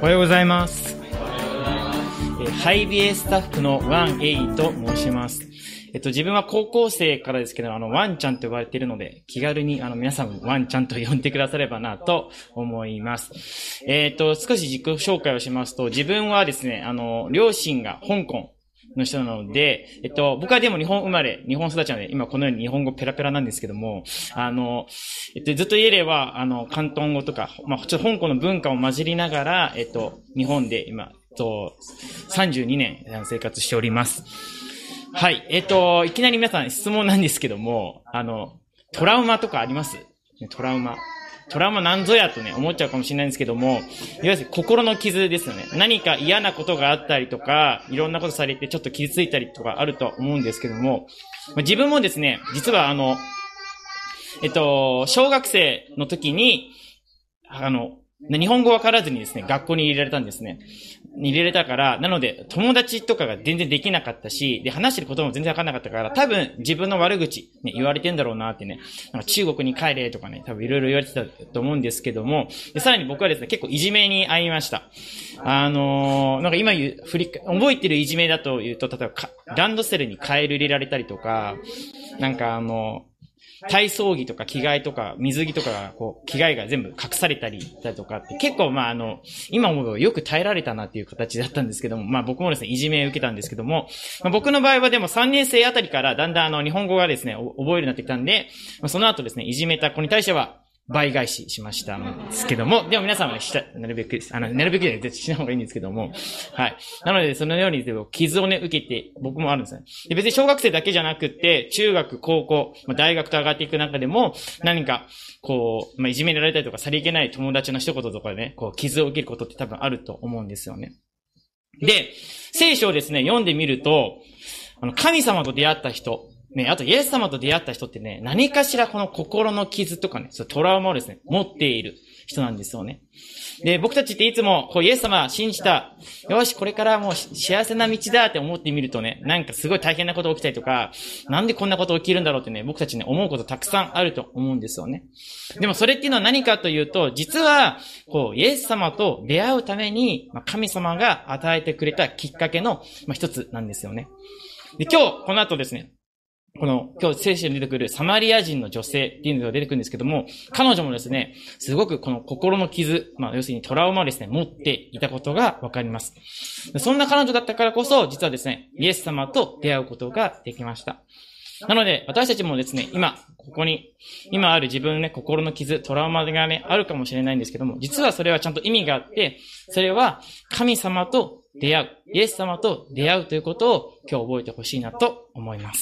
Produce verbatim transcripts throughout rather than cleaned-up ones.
おはようございます。えハイビエスタッフのワンエイと申します。えっと、自分は高校生からですけど、あの、ワンちゃんと呼ばれているので、気軽に、あの、皆さんもワンちゃんと呼んでくださればなと思います。えっと、少し自己紹介をしますと、自分はですね、あの、両親が香港の人なので、えっと、僕はでも日本生まれ、日本育ちなので、今このように日本語ペラペラなんですけども、あの、えっと、ずっと言えれば、あの、広東語とか、まあ、ちょっと香港の文化を混じりながら、えっと、日本で今、えっと、さんじゅうにねん生活しております。はい。えっと、いきなり皆さん質問なんですけども、あの、トラウマとかあります？トラウマ。トラウマなんぞやとね、思っちゃうかもしれないんですけども、いわゆる心の傷ですよね。何か嫌なことがあったりとか、いろんなことされてちょっと傷ついたりとかあると思うんですけども、自分もですね、実はあの、えっと、小学生の時に、あの、日本語わからずにですね、学校に入れられたんですね。入れられたから、なので、友達とかが全然できなかったし、で、話してることも全然わかんなかったから、多分自分の悪口、ね、言われてんだろうなってね、なんか中国に帰れとかね、多分いろいろ言われてたと思うんですけども、で、さらに僕はですね、結構いじめに遭いました。あのー、なんか今言う、振り、覚えてるいじめだと言うと、例えば、ランドセルにカエル入れられたりとか、なんかあの、体操着とか着替えとか水着とかがこう着替えが全部隠されたりだとかって結構まああの今思うとよく耐えられたなっていう形だったんですけども、まあ僕もですねいじめを受けたんですけども、まあ、僕の場合はでもさんねん生あたりからだんだんあの日本語がですね覚えるようになってきたんで、まあ、その後ですねいじめた子に対しては倍返ししましたんですけども、でも皆さんはね、した、なるべく、あの、なるべくで絶対しない方がいいんですけども、はい。なので、そのように、傷をね、受けて、僕もあるんですね。で別に小学生だけじゃなくって、中学、高校、まあ、大学と上がっていく中でも、何か、こう、まあ、いじめられたりとか、さりげない友達の一言とかでね、こう、傷を受けることって多分あると思うんですよね。で、聖書をですね、読んでみると、あの、神様と出会った人、ね、あとイエス様と出会った人ってね、何かしらこの心の傷とかね、そうトラウマをですね、持っている人なんですよね。で、僕たちっていつも、こうイエス様信じた、よし、これからもう幸せな道だって思ってみるとね、なんかすごい大変なこと起きたりとか、なんでこんなこと起きるんだろうってね、僕たちね、思うことたくさんあると思うんですよね。でもそれっていうのは何かというと、実は、こう、イエス様と出会うために、神様が与えてくれたきっかけの一つなんですよね。で、今日、この後ですね、この、今日聖書に出てくるサマリア人の女性っていうのが出てくるんですけども、彼女もですね、すごくこの心の傷、まあ要するにトラウマをですね、持っていたことがわかります。そんな彼女だったからこそ、実はですね、イエス様と出会うことができました。なので、私たちもですね、今、ここに、今ある自分のね、心の傷、トラウマがね、あるかもしれないんですけども、実はそれはちゃんと意味があって、それは神様と出会う、イエス様と出会うということを今日覚えてほしいなと思います。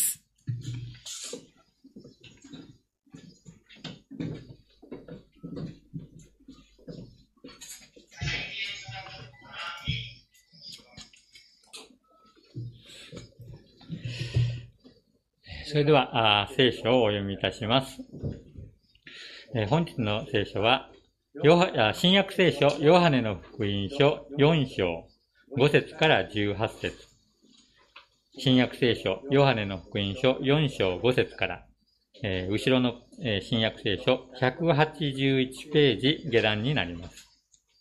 それでは、聖書をお読みいたします。えー、本日の聖書は、ヨハ新約聖書、ヨハネの福音書よん章ご節からじゅうはち節。新約聖書、ヨハネの福音書よん章ご節から、えー、後ろの、えー、新約聖書ひゃくはちじゅういちページ下段になります。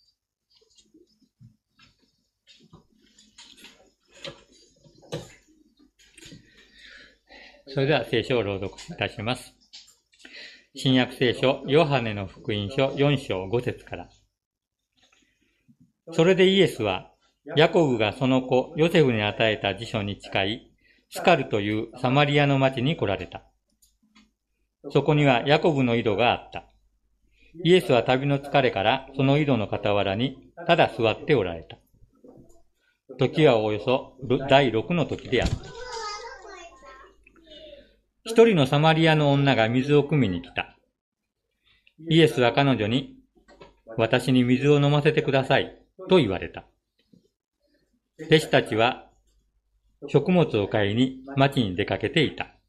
それでは聖書を朗読いたします。新約聖書、ヨハネの福音書よん章ご節から。それでイエスは、ヤコブがその子、ヨセフに与えた辞書に近い、スカルというサマリアの町に来られた。そこにはヤコブの井戸があった。イエスは旅の疲れからその井戸の傍らにただ座っておられた。時はおよそ第六の時であった。一人のサマリアの女が水を汲みに来た。イエスは彼女に、私に水を飲ませてください、と言われた。弟子たちは食物を買いに町に出かけていた。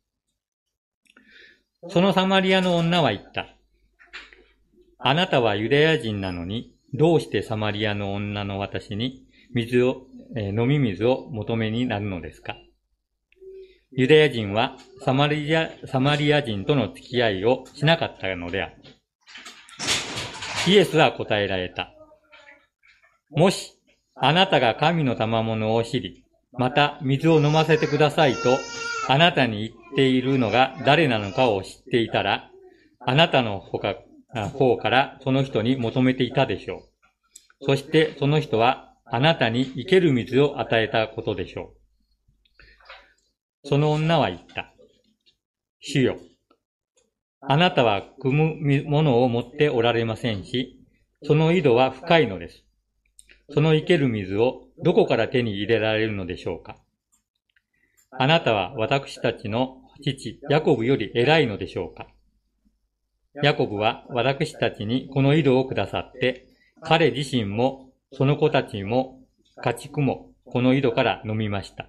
そのサマリアの女は言った。あなたはユダヤ人なのに、どうしてサマリアの女の私に水を、えー、飲み水を求めになるのですか？ユダヤ人はサマリア、サマリア人との付き合いをしなかったのである。イエスは答えられた。 もし、あなたが神の賜物を知り、また水を飲ませてくださいと、あなたに言っているのが誰なのかを知っていたら、あなたの方からその人に求めていたでしょう。そしてその人はあなたに生ける水を与えたことでしょう。その女は言った。主よ、あなたは汲むものを持っておられませんし、その井戸は深いのです。その生ける水をどこから手に入れられるのでしょうか。あなたは私たちの父、ヤコブより偉いのでしょうか。ヤコブは私たちにこの井戸をくださって、彼自身もその子たちも家畜もこの井戸から飲みました。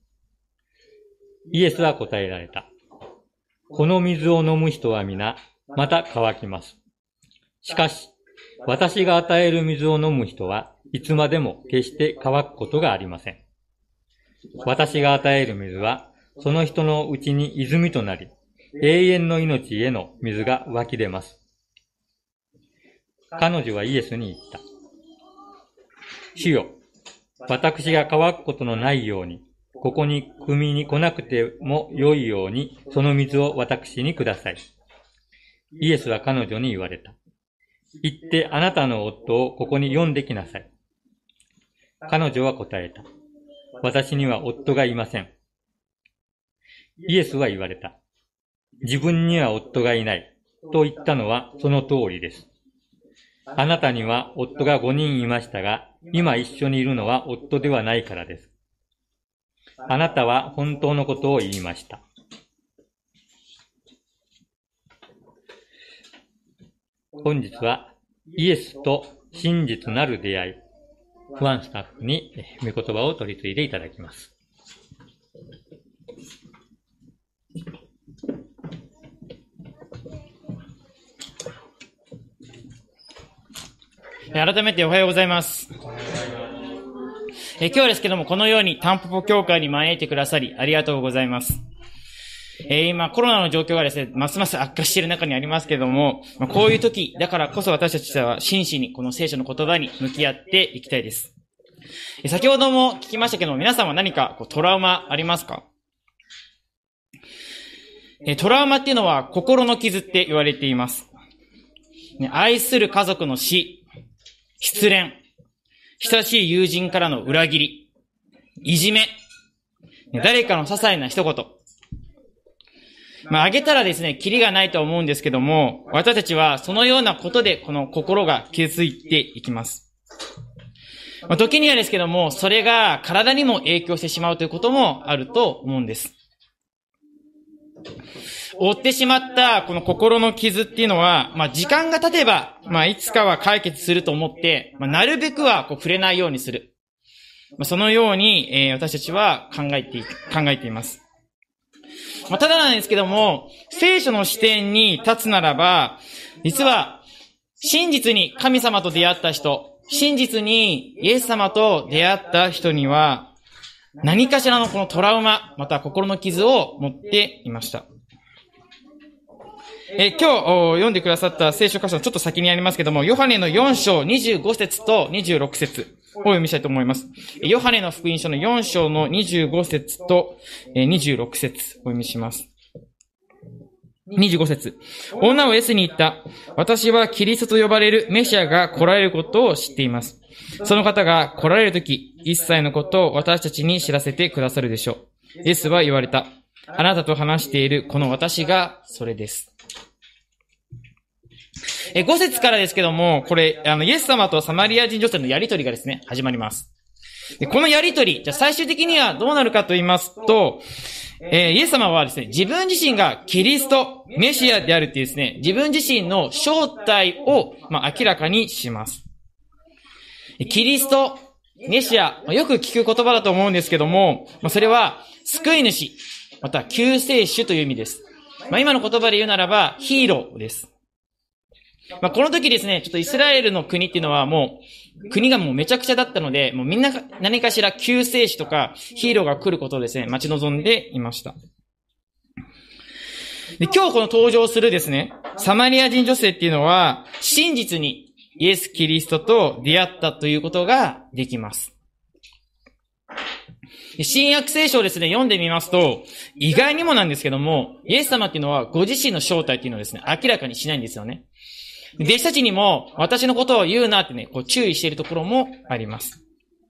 イエスは答えられた。この水を飲む人は皆、また乾きます。しかし、私が与える水を飲む人はいつまでも決して乾くことがありません。私が与える水は、その人のうちに泉となり、永遠の命への水が湧き出ます。彼女はイエスに言った。主よ、私が乾くことのないように、ここに汲みに来なくても良いように、その水を私にください。イエスは彼女に言われた。行ってあなたの夫をここに呼んできなさい。彼女は答えた。私には夫がいません。イエスは言われた。自分には夫がいない。と言ったのはその通りです。あなたには夫が五人いましたが、今一緒にいるのは夫ではないからです。あなたは本当のことを言いました。本日はイエスと真実なる出会い、ワンスタッフに御言葉を取り継いでいただきます。 改めておはようございます。え今日ですけども、このようにタンポポ教会に招いてくださりありがとうございます。えー、今コロナの状況がですね、ますます悪化している中にありますけれども、まあ、こういう時だからこそ私たちは真摯にこの聖書の言葉に向き合っていきたいです。え先ほども聞きましたけども、皆さんは何かこうトラウマありますか？えトラウマっていうのは心の傷って言われています。ね、愛する家族の死、失恋、親しい友人からの裏切り、いじめ、誰かの些細な一言。まあ、あげたらですね、キリがないとは思うんですけども、私たちはそのようなことでこの心が傷ついていきます。まあ、時にはですけども、それが体にも影響してしまうということもあると思うんです。負ってしまったこの心の傷っていうのは、まあ時間が経てば、まあいつかは解決すると思って、まあなるべくはこう触れないようにする。まあ、そのように、えー、私たちは考えてい、考えています。まあただなんですけども、聖書の視点に立つならば、実は真実に神様と出会った人、真実にイエス様と出会った人には、何かしらのこのトラウマ、または心の傷を持っていました。えー、今日読んでくださった聖書箇所のちょっと先にありますけども、ヨハネのよん章にじゅうご節とにじゅうろく節を読みしたいと思います。ヨハネの福音書のよん章のにじゅうご節とにじゅうろく節を読みします。にじゅうご節。女はイエスに言った。私はキリストと呼ばれるメシアが来られることを知っています。その方が来られるとき、一切のことを私たちに知らせてくださるでしょう。イエスは言われた。あなたと話しているこの私がそれです。え、ご節からですけども、これ、あの、イエス様とサマリア人女性のやりとりがですね、始まります。でこのやりとり、じゃあ最終的にはどうなるかと言いますと、えー、イエス様はですね、自分自身がキリスト、メシアであるっていうですね、自分自身の正体を、まあ、明らかにします。キリスト、メシア、よく聞く言葉だと思うんですけども、まあ、それは、救い主、または救世主という意味です。まあ、今の言葉で言うならば、ヒーローです。まあ、この時ですね、ちょっとイスラエルの国っていうのはもう、国がもうめちゃくちゃだったので、もうみんな何かしら救世主とかヒーローが来ることをですね、待ち望んでいました。で、今日この登場するですね、サマリア人女性っていうのは、真実にイエス・キリストと出会ったということができます。新約聖書をですね、読んでみますと、意外にもなんですけども、イエス様っていうのはご自身の正体っていうのをですね、明らかにしないんですよね。弟子たちにも私のことを言うなってね、こう注意しているところもあります。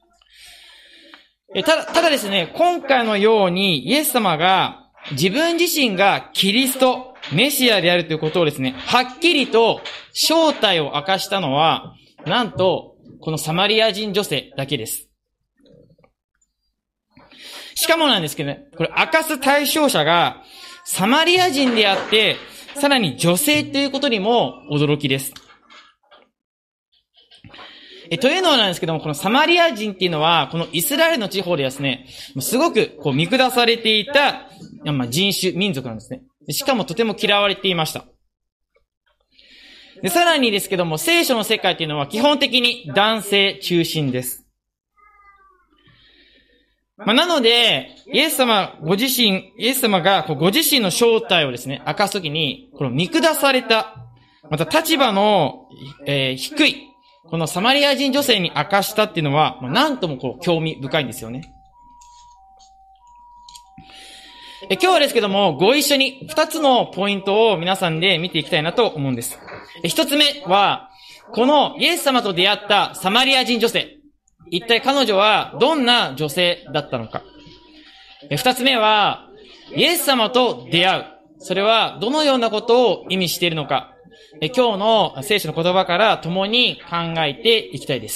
ただ、ただですね、今回のようにイエス様が自分自身がキリスト、メシアであるということをですね、はっきりと正体を明かしたのは、なんと、このサマリア人女性だけです。しかもなんですけどね、これ明かす対象者がサマリア人であって、さらに女性ということにも驚きです。え、というのはなんですけども、このサマリア人っていうのは、このイスラエルの地方でですね、すごくこう見下されていた、まあ、人種、民族なんですね。しかもとても嫌われていました。で、さらにですけども、聖書の世界っていうのは基本的に男性中心です。まあ、なので、イエス様ご自身、イエス様がこうご自身の正体をですね、明かすときに、この見下された、また立場の、えー、低い、このサマリア人女性に明かしたっていうのは、まあ、なんともこう興味深いんですよね。え今日はですけども、ご一緒に二つのポイントを皆さんで見ていきたいなと思うんです。え一つ目は、このイエス様と出会ったサマリア人女性。一体彼女はどんな女性だったのか。二つ目は、イエス様と出会う。それはどのようなことを意味しているのか。今日の聖書の言葉から共に考えていきたいです。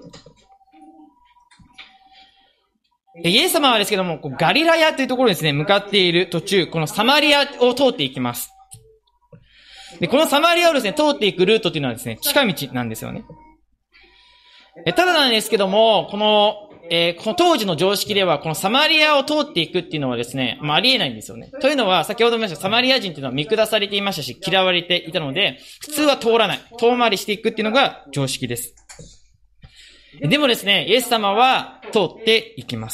イエス様はですけども、ガリラヤというところですね、向かっている途中、このサマリアを通っていきます。で、このサマリアをですね、通っていくルートというのはですね、近道なんですよね。ただなんですけども、この、えー、この当時の常識では、このサマリアを通っていくっていうのはですね、まあ、ありえないんですよね。というのは、先ほども言いました、サマリア人っていうのは見下されていましたし、嫌われていたので、普通は通らない。遠回りしていくっていうのが常識です。でもですね、イエス様は通っていきます。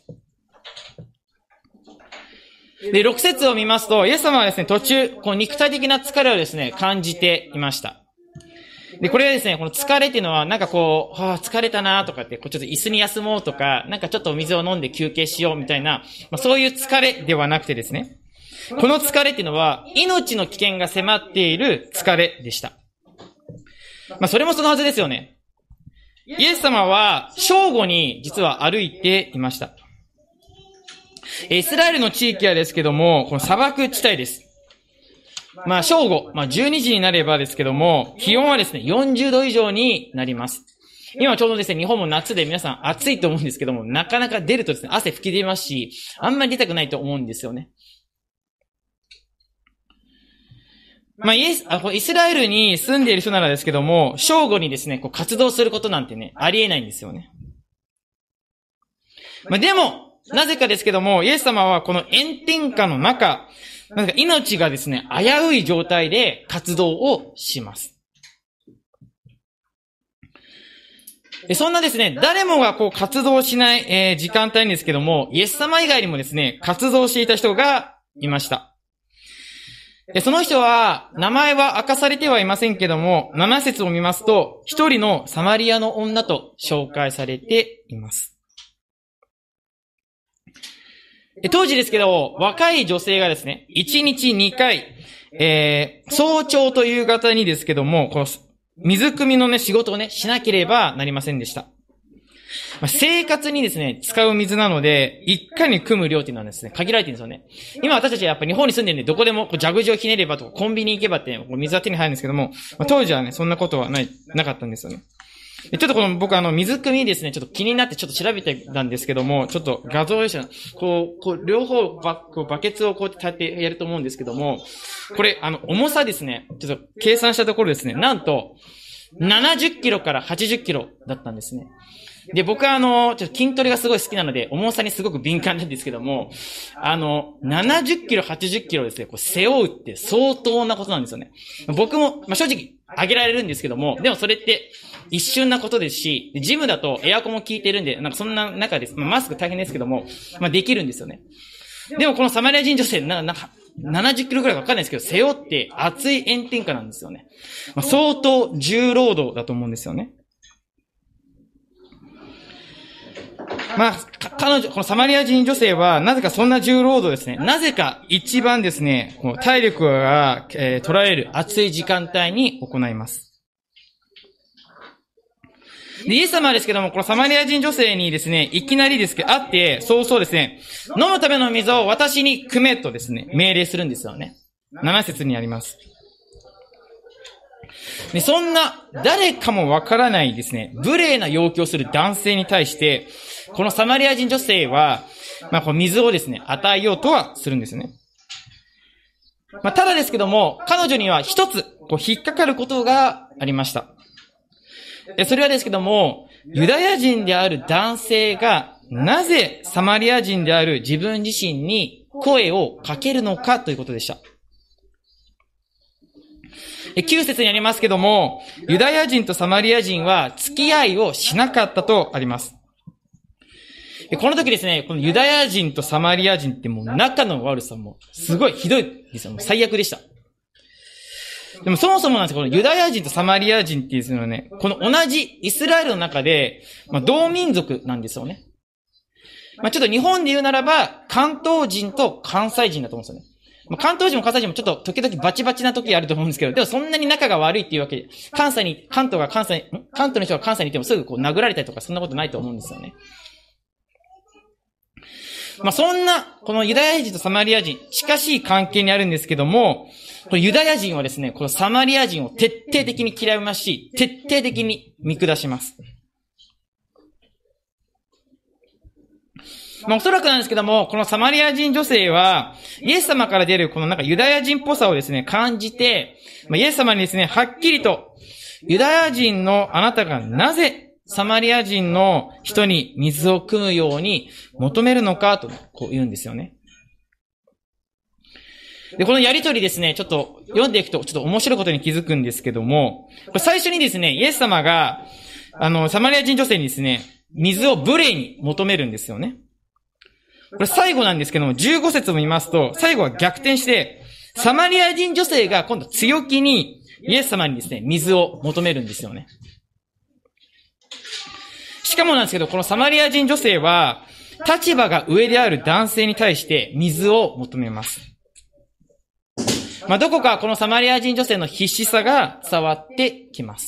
で、ろく節を見ますと、イエス様はですね、途中、こう肉体的な疲れをですね、感じていました。で、これはですね、この疲れっていうのは、なんかこう、はあ、疲れたなとかって、こうちょっと椅子に休もうとか、なんかちょっとお水を飲んで休憩しようみたいな、まあ、そういう疲れではなくてですね、この疲れっていうのは、命の危険が迫っている疲れでした。まあ、それもそのはずですよね。イエス様は、正午に実は歩いていました。イスラエルの地域はですけども、この砂漠地帯です。まあ、正午、まあ、じゅうにじになればですけども、気温はですね、よんじゅうど以上になります。今ちょうどですね、日本も夏で皆さん暑いと思うんですけども、なかなか出るとですね、汗吹き出ますし、あんまり出たくないと思うんですよね。まあ、イエス、あ、イスラエルに住んでいる人ならですけども、正午にですね、こう活動することなんてね、ありえないんですよね。まあ、でも、なぜかですけども、イエス様はこの炎天下の中、なんか命がですね、危うい状態で活動をします。そんなですね、誰もがこう活動しない、えー、時間帯ですけども、イエス様以外にもですね、活動していた人がいました。その人は、名前は明かされてはいませんけども、なな節を見ますと、一人のサマリアの女と紹介されています。当時ですけど、若い女性がですね、いちにちにかい、えー、早朝と夕方にですけども、この水汲みのね、仕事をね、しなければなりませんでした。まあ、生活にですね、使う水なので、一回に汲む量っていうのはですね、限られてるんですよね。今私たちはやっぱ日本に住んでるんで、どこでもこう蛇口をひねればとか、コンビニ行けばって、こう水は手に入るんですけども、まあ、当時はね、そんなことはない、なかったんですよね。ちょっとこの僕あの水汲みですね、ちょっと気になってちょっと調べてたんですけども、ちょっと画像用紙、こう、こう、両方バ、こうバケツをこうやって立てやると思うんですけども、これあの、重さですね、ちょっと計算したところですね、なんと、ななじゅっキロからはちじゅっキロだったんですね。で、僕はあの、ちょっと筋トレがすごい好きなので、重さにすごく敏感なんですけども、あの、ななじゅっキロ、はちじゅっキロですね、こう背負うって相当なことなんですよね。僕も、まあ、正直、上げられるんですけども、でもそれって一瞬なことですし、ジムだとエアコンも効いてるんで、なんかそんな中です。まあ、マスク大変ですけども、まあ、できるんですよね。でもこのサマリア人女性、な、なんか、 ななじゅっキロぐらいわかんないですけど、背負って熱い炎天下なんですよね。まあ、相当重労働だと思うんですよね。まあ、彼女、このサマリア人女性は、なぜかそんな重労働ですね。なぜか一番ですね、この体力が、えー、取られる暑い時間帯に行います。で、イエス様ですけども、このサマリア人女性にですね、いきなりですけど、会って、そうそうですね、飲むための水を私に汲めとですね、命令するんですよね。なな節にあります。で、そんな、誰かもわからないですね、無礼な要求をする男性に対して、このサマリア人女性は、まあ、この水をですね、与えようとはするんですね。まあ、ただですけども、彼女には一つ、こう、引っかかることがありました。それはですけども、ユダヤ人である男性が、なぜサマリア人である自分自身に声をかけるのかということでした。きゅう節にありますけども、ユダヤ人とサマリア人は付き合いをしなかったとあります。この時ですね、このユダヤ人とサマリア人ってもう仲の悪さもすごいひどいですよ。もう最悪でした。でもそもそもなんですけど、このユダヤ人とサマリア人っていうのはね、この同じイスラエルの中で、まあ、同民族なんですよね。まあ、ちょっと日本で言うならば、関東人と関西人だと思うんですよね。まあ、関東人も関西人もちょっと時々バチバチな時あると思うんですけど、でもそんなに仲が悪いっていうわけで、関西に、関東が関西、関東の人が関西にいてもすぐこう殴られたりとかそんなことないと思うんですよね。まあ、そんな、このユダヤ人とサマリア人、近しい関係にあるんですけども、このユダヤ人はですね、このサマリア人を徹底的に嫌いますし、徹底的に見下します。まあ、おそらくなんですけども、このサマリア人女性は、イエス様から出るこのなんかユダヤ人っぽさをですね、感じて、まあ、イエス様にですね、はっきりと、ユダヤ人のあなたがなぜサマリア人の人に水を汲むように求めるのかとこう言うんですよね。で、このやりとりですね、ちょっと読んでいくとちょっと面白いことに気づくんですけども、これ最初にですね、イエス様が、あの、サマリア人女性にですね、水を無礼に求めるんですよね。これ最後なんですけども、じゅうご節を見ますと、最後は逆転して、サマリア人女性が今度強気にイエス様にですね、水を求めるんですよね。しかもなんですけど、このサマリア人女性は、立場が上である男性に対して水を求めます。まあ、どこかこのサマリア人女性の必死さが伝わってきます。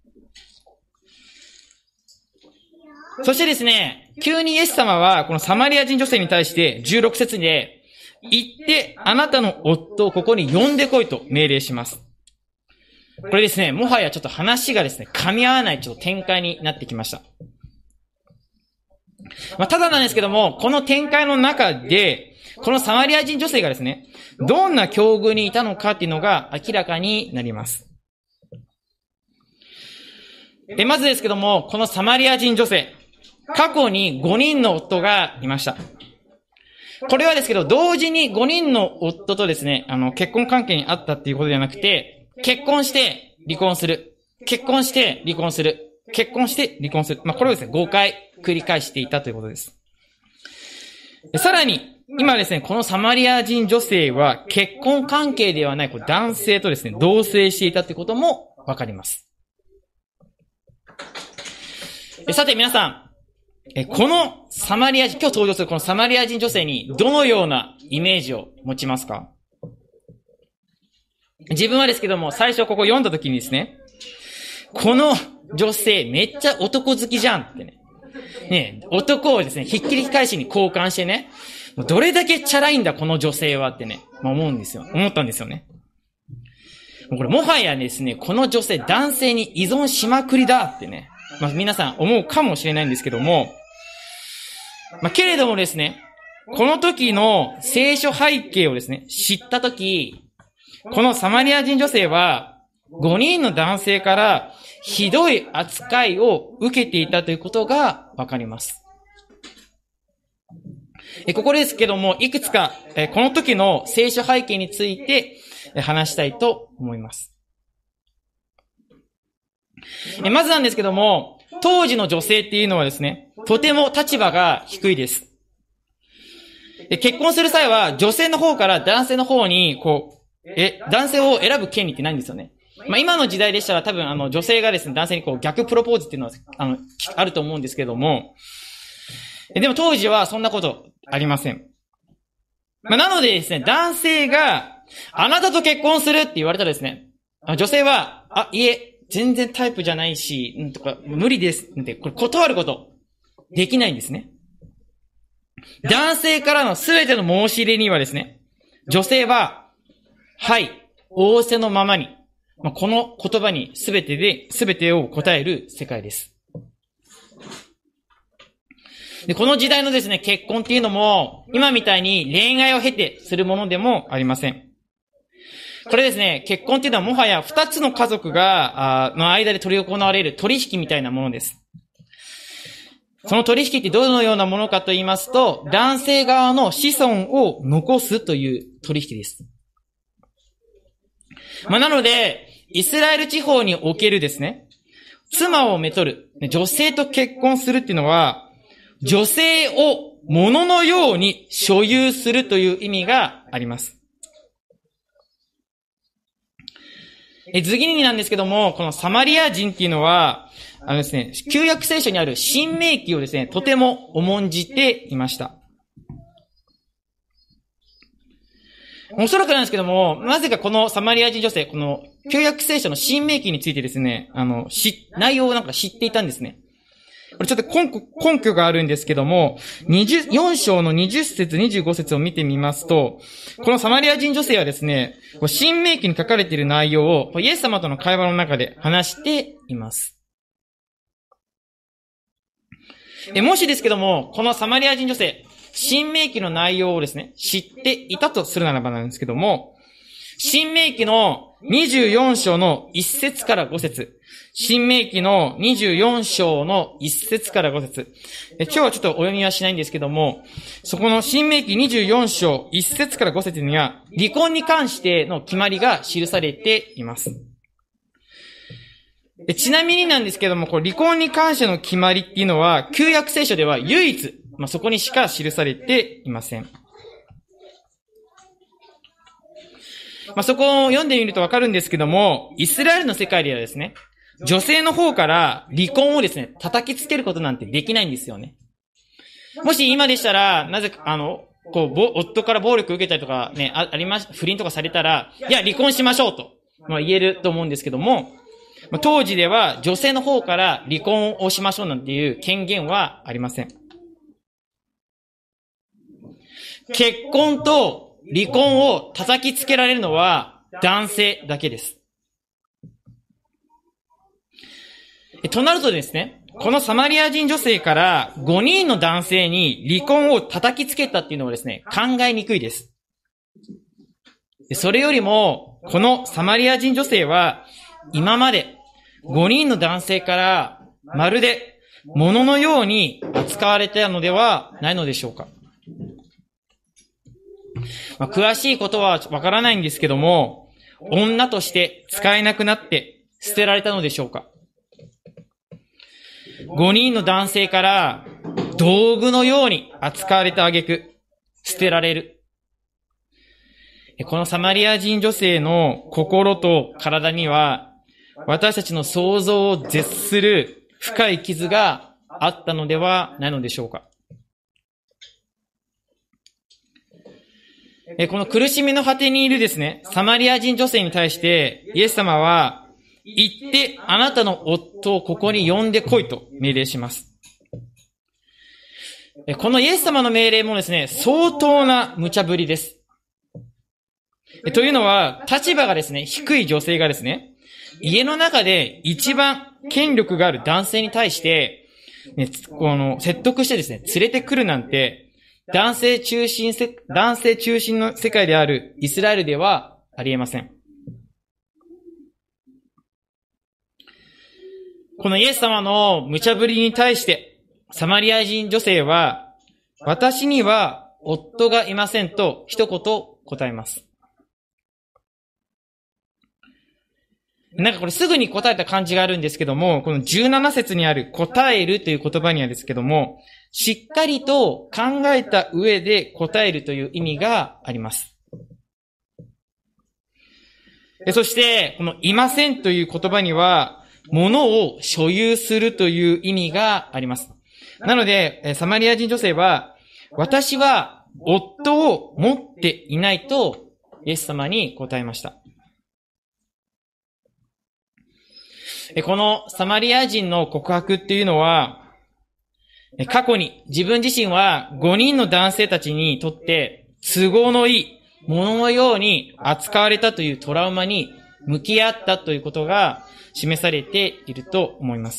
そしてですね、急にイエス様はこのサマリア人女性に対してじゅうろく節で、行ってあなたの夫をここに呼んでこいと命令します。これですね、もはやちょっと話がですね、噛み合わないちょっと展開になってきました。まあ、ただなんですけども、この展開の中で、このサマリア人女性がですね、どんな境遇にいたのかっていうのが明らかになります。で、まずですけども、このサマリア人女性、過去にごにんの夫がいました。これはですけど、同時にごにんの夫とですね、あの、結婚関係にあったっていうことではなくて、結婚して離婚する。結婚して離婚する。結婚して離婚する。まあ、これをですね、ごかい繰り返していたということです。さらに、今ですね、このサマリア人女性は結婚関係ではないこう男性とですね、同棲していたということもわかります。さて皆さん、このサマリア人、今日登場するこのサマリア人女性にどのようなイメージを持ちますか？自分はですけども、最初ここ読んだ時にですね、この女性めっちゃ男好きじゃんってね。ね、男をですね、ひっきり返しに交換してね、どれだけチャラいんだこの女性はってね、まあ、思うんですよ。思ったんですよね。これもはやですね、この女性男性に依存しまくりだってね、まあ、皆さん思うかもしれないんですけども、まあ、けれどもですね、この時の聖書背景をですね、知った時、このサマリア人女性はごにんの男性からひどい扱いを受けていたということがわかります。ここですけども、いくつかこの時の聖書背景について話したいと思います。まずなんですけども、当時の女性っていうのはですね、とても立場が低いです。 で、結婚する際は、女性の方から男性の方に、こう、え、男性を選ぶ権利ってないんですよね。まあ、今の時代でしたら多分、あの、女性がですね、男性にこう、逆プロポーズっていうのは、あの、あると思うんですけども、でも当時はそんなことありません。まあ、なのでですね、男性が、あなたと結婚するって言われたらですね、女性は、あ、いえ、全然タイプじゃないし、んとか、無理です。って、これ断ること、できないんですね。男性からのすべての申し入れにはですね、女性は、はい、仰せのままに、まあ、この言葉にすべてで、すべてを答える世界です。で、この時代のですね、結婚っていうのも、今みたいに恋愛を経てするものでもありません。これですね、結婚っていうのはもはや二つの家族が、あの間で取り行われる取引みたいなものです。その取引ってどのようなものかと言いますと、男性側の子孫を残すという取引です。まあ、なので、イスラエル地方におけるですね、妻をめとる、女性と結婚するっていうのは、女性を物のように所有するという意味があります。え、次になんですけども、このサマリア人っていうのは、あのですね、旧約聖書にある新明記をですね、とても重んじていました。おそらくなんですけども、なぜかこのサマリア人女性、この旧約聖書の新明記についてですね、あの、し、内容をなんか知っていたんですね。これちょっと根拠、根拠があるんですけども、にじゅう、よん章のにじゅっ節、にじゅうご節を見てみますと、このサマリア人女性はですね、新明記に書かれている内容をイエス様との会話の中で話しています。え、もしですけども、このサマリア人女性、新明記の内容をですね、知っていたとするならばなんですけども、新明記のにじゅうよん章のいち節からご節、新明記のにじゅうよん章のいち節からご節、え、今日はちょっとお読みはしないんですけども、そこの新明記にじゅうよん章いち節からご節には、離婚に関しての決まりが記されています。ちなみになんですけども、これ離婚に関しての決まりっていうのは、旧約聖書では唯一、まあ、そこにしか記されていません。まあ、そこを読んでみるとわかるんですけども、イスラエルの世界ではですね、女性の方から離婚をですね、叩きつけることなんてできないんですよね。もし今でしたら、なぜか、あの、こう、夫から暴力を受けたりとかね、あ、ありまし、不倫とかされたら、いや、離婚しましょうと、まあ、言えると思うんですけども、当時では女性の方から離婚をしましょうなんていう権限はありません。結婚と離婚を叩きつけられるのは男性だけです。となるとですね、このサマリア人女性からごにんの男性に離婚を叩きつけたっていうのはですね、考えにくいです。それよりも、このサマリア人女性は今までごにんの男性からまるで物のように扱われたのではないのでしょうか。まあ、詳しいことはわからないんですけども、女として使えなくなって捨てられたのでしょうか。ごにんの男性から道具のように扱われた挙句、捨てられる。このサマリア人女性の心と体には、私たちの想像を絶する深い傷があったのではないのでしょうか。この苦しみの果てにいるですね、サマリア人女性に対して、イエス様は、行ってあなたの夫をここに呼んでこいと命令します。このイエス様の命令もですね、相当な無茶ぶりです。というのは、立場がですね、低い女性がですね、家の中で一番権力がある男性に対して、ね、この説得してですね、連れてくるなんて、男性中心せ、男性中心の世界であるイスラエルではありえません。このイエス様の無茶ぶりに対して、サマリア人女性は、私には夫がいませんと一言答えます。なんかこれすぐに答えた感じがあるんですけども、このじゅうなな節にある答えるという言葉にはですけども、 しっかりと考えた上で答えるという意味があります。そして、このいませんという言葉には、物を所有するという意味があります。なので、サマリア人女性は、私は夫を持っていないと、イエス様に答えました。このサマリア人の告白っていうのは、過去に自分自身はごにんの男性たちにとって都合のいいもののように扱われたというトラウマに向き合ったということが示されていると思います。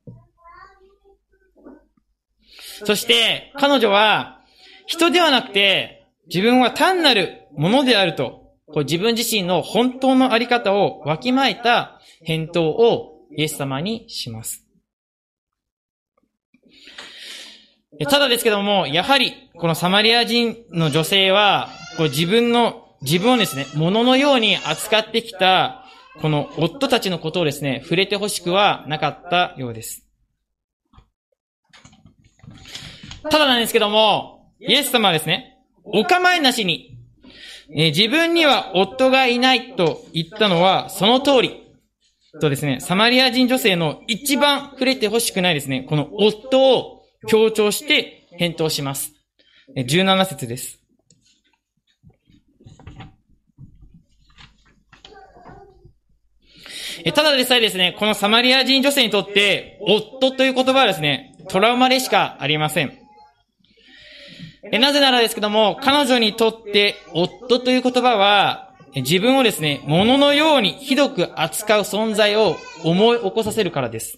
そして彼女は人ではなくて自分は単なるものであると、こう自分自身の本当のあり方をわきまえた返答をイエス様にします。ただですけども、やはりこのサマリア人の女性はこう自分の自分をですね、物のように扱ってきたこの夫たちのことをですね、触れてほしくはなかったようです。ただなんですけども、イエス様はですね、お構いなしに、えー、自分には夫がいないと言ったのはその通りとですね、サマリア人女性の一番触れてほしくないですね、この夫を強調して返答します。じゅうなな節です。ただでさえですね、このサマリア人女性にとって、夫という言葉はですね、トラウマでしかありません。なぜならですけども、彼女にとって夫という言葉は、自分をですね、物のようにひどく扱う存在を思い起こさせるからです。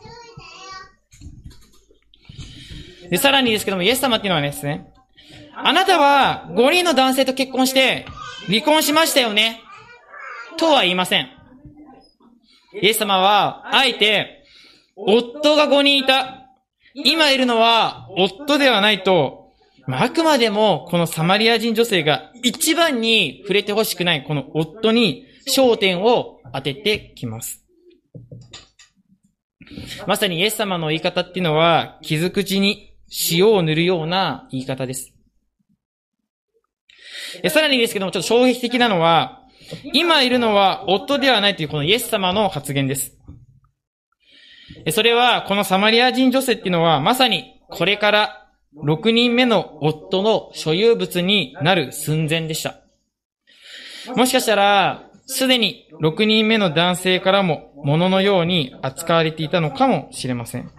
で、さらにですけども、イエス様っていうのはですね、あなたはごにんの男性と結婚して離婚しましたよね、とは言いません。イエス様は、あえて、夫がごにんいた。今いるのは夫ではないと、あくまでもこのサマリア人女性が一番に触れてほしくないこの夫に焦点を当ててきます。まさにイエス様の言い方っていうのは、傷口に塩を塗るような言い方です。さらにですけども、ちょっと衝撃的なのは、今いるのは夫ではないというこのイエス様の発言です。それは、このサマリア人女性っていうのは、まさにこれからろくにんめの夫の所有物になる寸前でした。もしかしたら、すでにろくにんめの男性からも物のように扱われていたのかもしれません。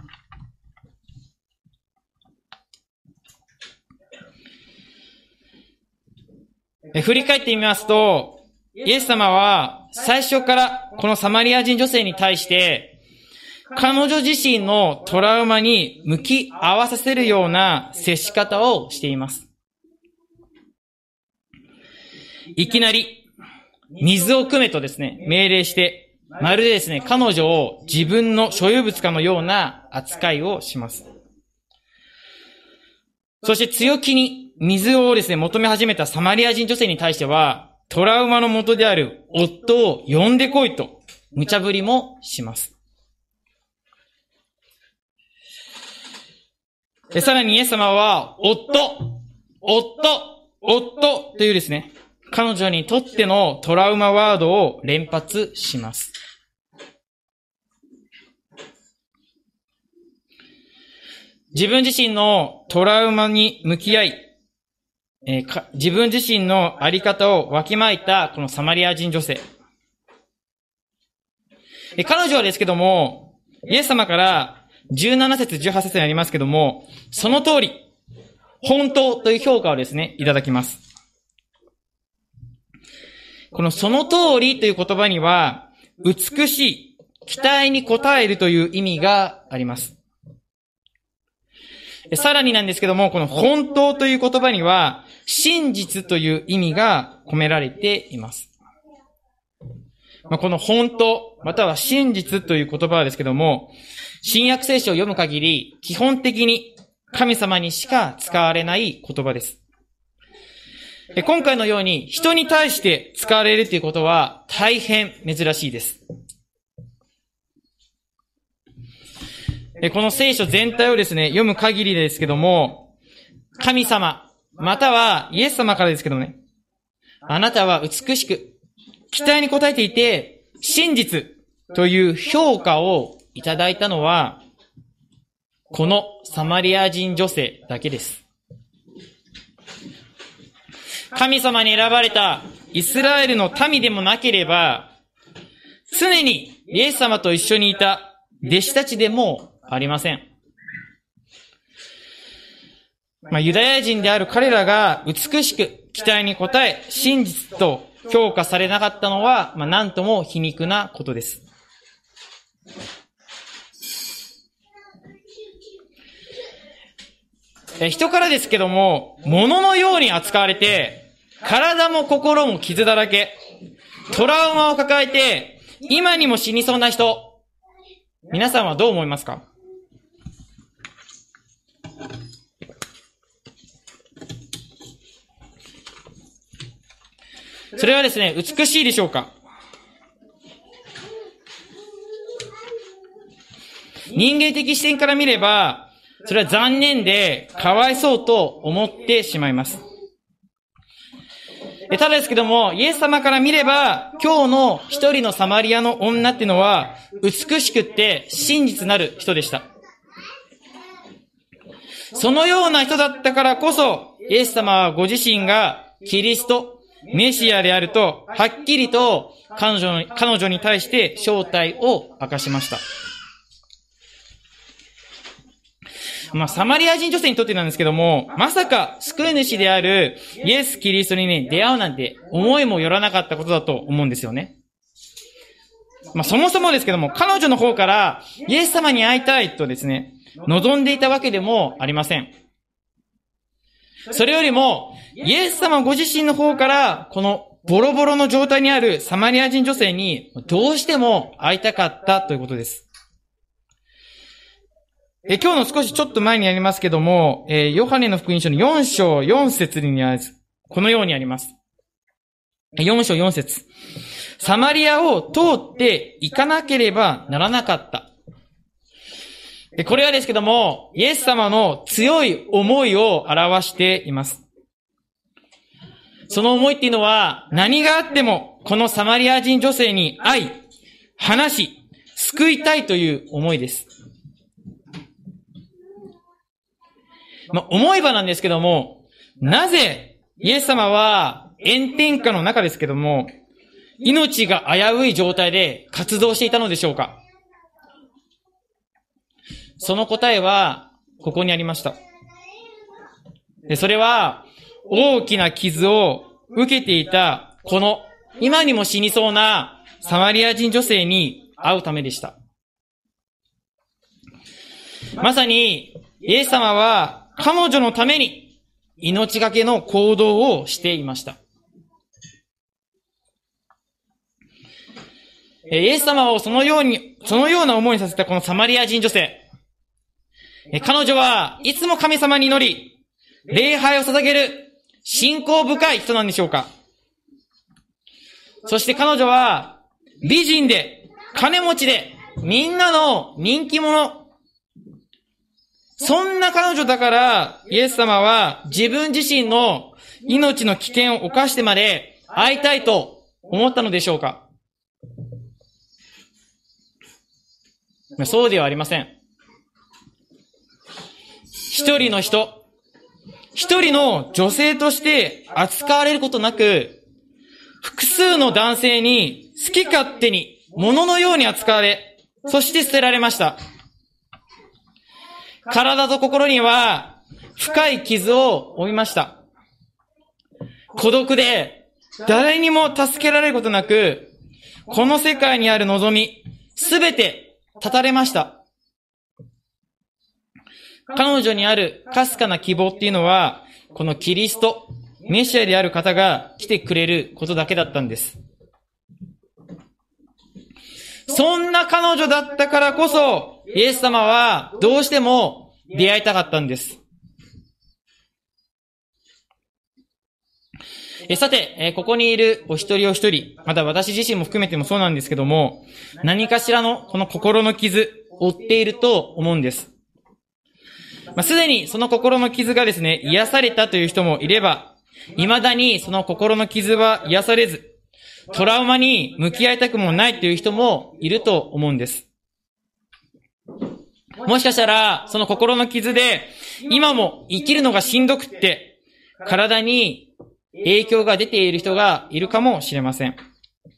振り返ってみますと、イエス様は最初からこのサマリア人女性に対して、彼女自身のトラウマに向き合わさせるような接し方をしています。いきなり水を汲めとですね、命令して、まるでですね、彼女を自分の所有物かのような扱いをします。そして強気に水をですね、求め始めたサマリア人女性に対しては、トラウマの元である夫を呼んでこいと無茶ぶりもします。でさらにイエス様は、夫、夫、夫というですね、彼女にとってのトラウマワードを連発します。自分自身のトラウマに向き合い、えー、か自分自身のあり方をわきまえたこのサマリア人女性。えー、彼女はですけども、イエス様からじゅうなな節じゅうはち節にありますけども、その通り、本当という評価をですね、いただきます。このその通りという言葉には、美しい、期待に応えるという意味があります。さらになんですけども、この本当という言葉には、真実という意味が込められています。この本当、または真実という言葉はですけども、新約聖書を読む限り、基本的に神様にしか使われない言葉です。今回のように人に対して使われるということは大変珍しいです。 この聖書全体をですね、読む限りですけども、神様、またはイエス様からですけどね、あなたは美しく、期待に応えていて、真実という評価をいただいたのは、このサマリア人女性だけです。神様に選ばれたイスラエルの民でもなければ、常にイエス様と一緒にいた弟子たちでもありません。まあ、ユダヤ人である彼らが美しく期待に応え、真実と評価されなかったのは、まあ、なんとも皮肉なことです。え人からですけども、物のように扱われて、体も心も傷だらけ、トラウマを抱えて、今にも死にそうな人、皆さんはどう思いますか？それはですね、美しいでしょうか？人間的視点から見れば、それは残念でかわいそうと思ってしまいます。ただですけども、イエス様から見れば、今日の一人のサマリアの女っていうのは、美しくって真実なる人でした。そのような人だったからこそ、イエス様はご自身がキリスト、メシアであると、はっきりと彼女の、彼女に対して正体を明かしました。まあ、サマリア人女性にとってなんですけども、まさか救い主であるイエス・キリストにね、出会うなんて思いもよらなかったことだと思うんですよね。まあ、そもそもですけども、彼女の方からイエス様に会いたいとですね、望んでいたわけでもありません。それよりも、イエス様ご自身の方から、このボロボロの状態にあるサマリア人女性にどうしても会いたかったということです。え今日の少しちょっと前にありますけども、えー、ヨハネの福音書のよん章よん節にあります。このようにあります。よん章よん節。サマリアを通って行かなければならなかった。でこれはですけども、イエス様の強い思いを表しています。その思いっていうのは、何があっても、このサマリア人女性に会い、話し、救いたいという思いです。まあ、思えばなんですけども、なぜイエス様は炎天下の中ですけども、命が危うい状態で活動していたのでしょうか？その答えはここにありました。でそれは大きな傷を受けていたこの今にも死にそうなサマリア人女性に会うためでした。まさにイエス様は彼女のために命がけの行動をしていました。イエス様をそのように、そのような思いにさせたこのサマリア人女性。彼女はいつも神様に祈り、礼拝を捧げる信仰深い人なんでしょうか？そして彼女は美人で、金持ちで、みんなの人気者。そんな彼女だから、イエス様は自分自身の命の危険を冒してまで会いたいと思ったのでしょうか？そうではありません。一人の人、一人の女性として扱われることなく、複数の男性に好き勝手に物のように扱われ、そして捨てられました。体と心には深い傷を負いました。孤独で誰にも助けられることなく、この世界にある望み、すべて絶たれました。彼女にあるかすかな希望っていうのは、このキリスト、メシアである方が来てくれることだけだったんです。そんな彼女だったからこそ、イエス様はどうしても出会いたかったんです。えさて、えここにいるお一人お一人、また私自身も含めてもそうなんですけども、何かしらのこの心の傷、 負っていると思うんです。まあ、すでにその心の傷がですね、癒されたという人もいれば、未だにその心の傷は癒されず、トラウマに向き合いたくもないという人もいると思うんです。もしかしたら、その心の傷で、今も生きるのがしんどくって、体に影響が出ている人がいるかもしれません。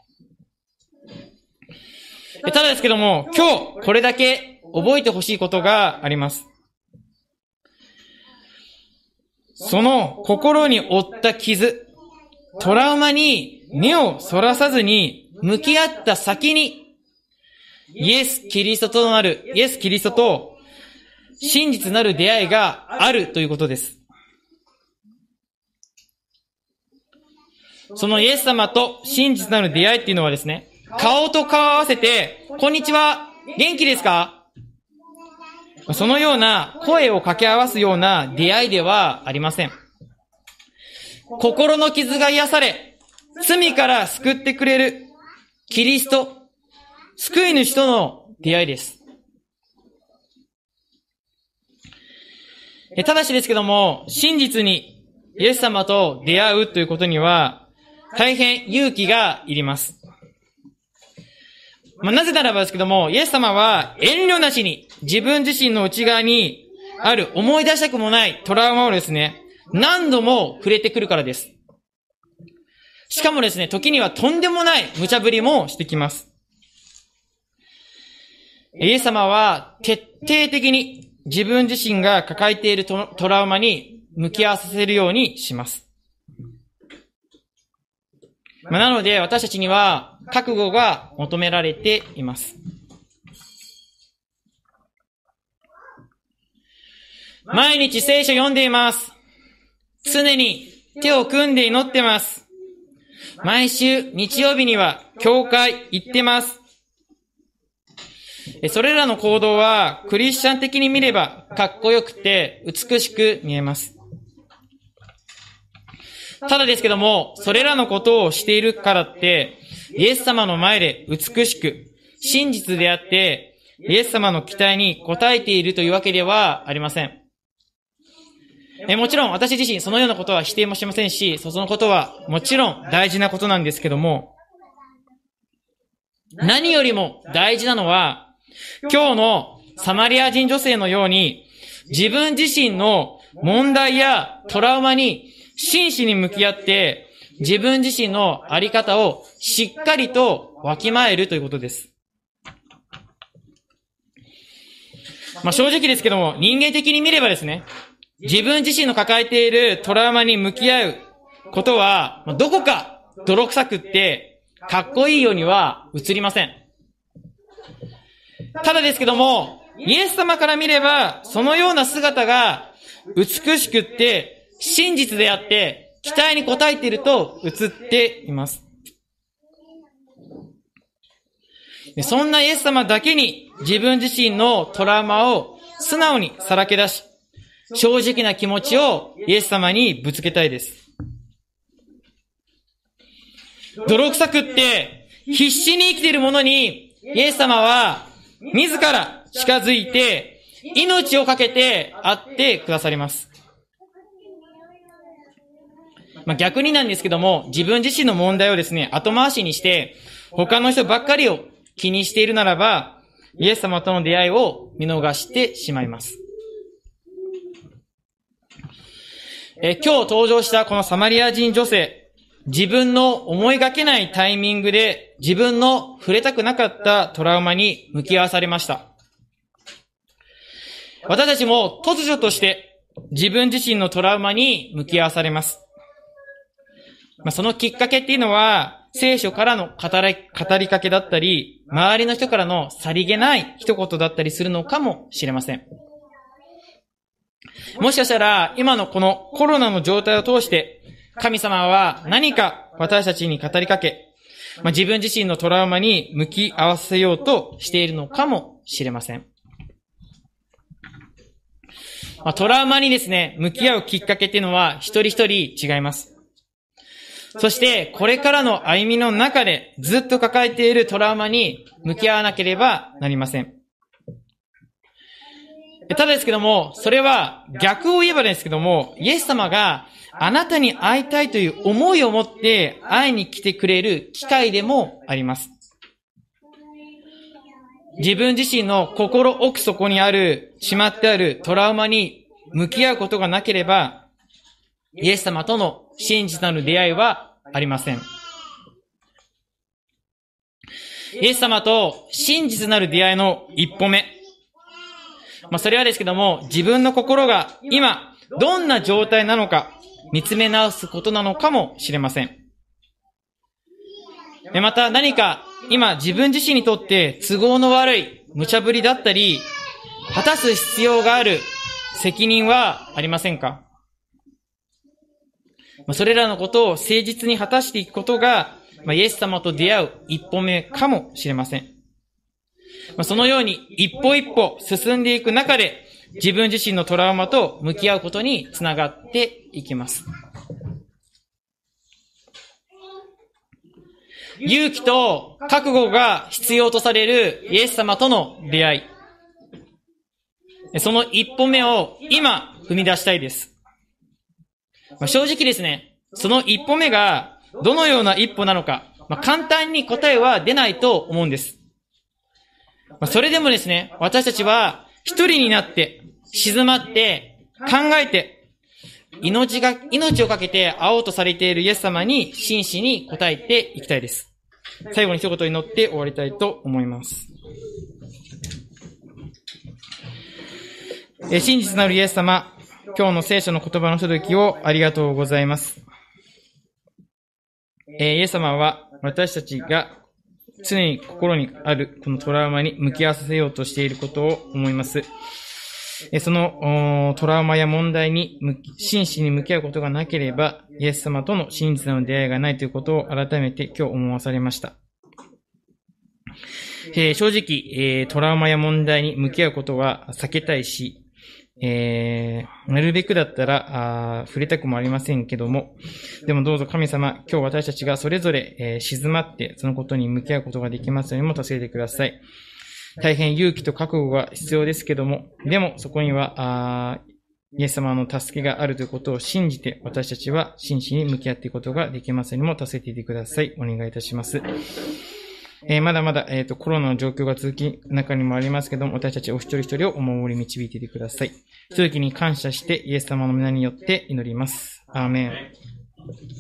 ただですけども、今日これだけ覚えてほしいことがあります。その心に負った傷、トラウマに目をそらさずに向き合った先に、イエス・キリストとなる、イエス・キリストと真実なる出会いがあるということです。そのイエス様と真実なる出会いっていうのはですね、顔と顔を合わせて、こんにちは、元気ですか？そのような声を掛け合わすような出会いではありません。心の傷が癒され、罪から救ってくれるキリスト、救い主との出会いです。ただしですけども、真実にイエス様と出会うということには、大変勇気がいります。まあ、なぜならばですけども、イエス様は遠慮なしに自分自身の内側にある思い出したくもないトラウマをですね、何度も触れてくるからです。しかもですね、時にはとんでもない無茶ぶりもしてきます。イエス様は徹底的に自分自身が抱えているトラウマに向き合わせるようにします。まあ、なので私たちには覚悟が求められています。毎日聖書読んでいます。常に手を組んで祈ってます。毎週日曜日には教会行ってます。それらの行動はクリスチャン的に見ればかっこよくて美しく見えます。ただですけども、それらのことをしているからって、イエス様の前で美しく、真実であって、イエス様の期待に応えているというわけではありません。えもちろん私自身そのようなことは否定もしませんし、そのことはもちろん大事なことなんですけども、何よりも大事なのは、今日のサマリア人女性のように、自分自身の問題やトラウマに真摯に向き合って、自分自身のあり方をしっかりとわきまえるということです。まあ正直ですけども、人間的に見ればですね、自分自身の抱えているトラウマに向き合うことは、どこか泥臭くって、かっこいいようには映りません。ただですけども、イエス様から見れば、そのような姿が美しくって、真実であって、期待に応えていると映っています。そんなイエス様だけに自分自身のトラウマを素直にさらけ出し、正直な気持ちをイエス様にぶつけたいです。泥臭くって必死に生きている者にイエス様は自ら近づいて命をかけて会ってくださります。まあ、逆になんですけども、自分自身の問題をですね、後回しにして、他の人ばっかりを気にしているならば、イエス様との出会いを見逃してしまいます。え今日登場したこのサマリア人女性、自分の思いがけないタイミングで自分の触れたくなかったトラウマに向き合わされました。私たちも突如として自分自身のトラウマに向き合わされます。まあ、そのきっかけっていうのは、聖書からの語り、語りかけだったり、周りの人からのさりげない一言だったりするのかもしれません。もしかしたら、今のこのコロナの状態を通して、神様は何か私たちに語りかけ、まあ、自分自身のトラウマに向き合わせようとしているのかもしれません。まあ、トラウマにですね、向き合うきっかけっていうのは一人一人違います。そして、これからの歩みの中でずっと抱えているトラウマに向き合わなければなりません。 ただですけども、それは逆を言えばですけども、イエス様があなたに会いたいという思いを持って会いに来てくれる機会でもあります。自分自身の心奥底にある、しまってあるトラウマに向き合うことがなければ、イエス様との真実なる出会いはありません。イエス様と真実なる出会いの一歩目。まあそれはですけども、自分の心が今どんな状態なのか見つめ直すことなのかもしれません。また何か今自分自身にとって都合の悪い無茶ぶりだったり、果たす必要がある責任はありませんか？それらのことを誠実に果たしていくことが、イエス様と出会う一歩目かもしれません。そのように一歩一歩進んでいく中で、自分自身のトラウマと向き合うことにつながっていきます。勇気と覚悟が必要とされるイエス様との出会い。その一歩目を今踏み出したいです。まあ、正直ですね、その一歩目がどのような一歩なのか、まあ、簡単に答えは出ないと思うんです。まあ、それでもですね、私たちは一人になって、静まって、考えて、命が、命をかけて会おうとされているイエス様に真摯に答えていきたいです。最後に一言祈って終わりたいと思います。え真実なるイエス様、今日の聖書の言葉の届きをありがとうございます。えイエス様は私たちが常に心にあるこのトラウマに向き合わせようとしていることを思います。そのトラウマや問題に真摯に向き合うことがなければ、イエス様との真実の出会いがないということを改めて今日思わされました。えー、正直、えー、トラウマや問題に向き合うことは避けたいし、えー、なるべくだったらあ触れたくもありませんけども、でもどうぞ神様、今日私たちがそれぞれ、えー、静まってそのことに向き合うことができますようにも助けてください。大変勇気と覚悟が必要ですけども、でもそこにはあイエス様の助けがあるということを信じて、私たちは真摯に向き合っていくことができますようにも助けていてください。お願いいたします。えー、まだまだ、えっと、コロナの状況が続き、中にもありますけども、私たちお一人一人をお守り導いていてください。一時に感謝して、イエス様の皆によって祈ります。アーメン。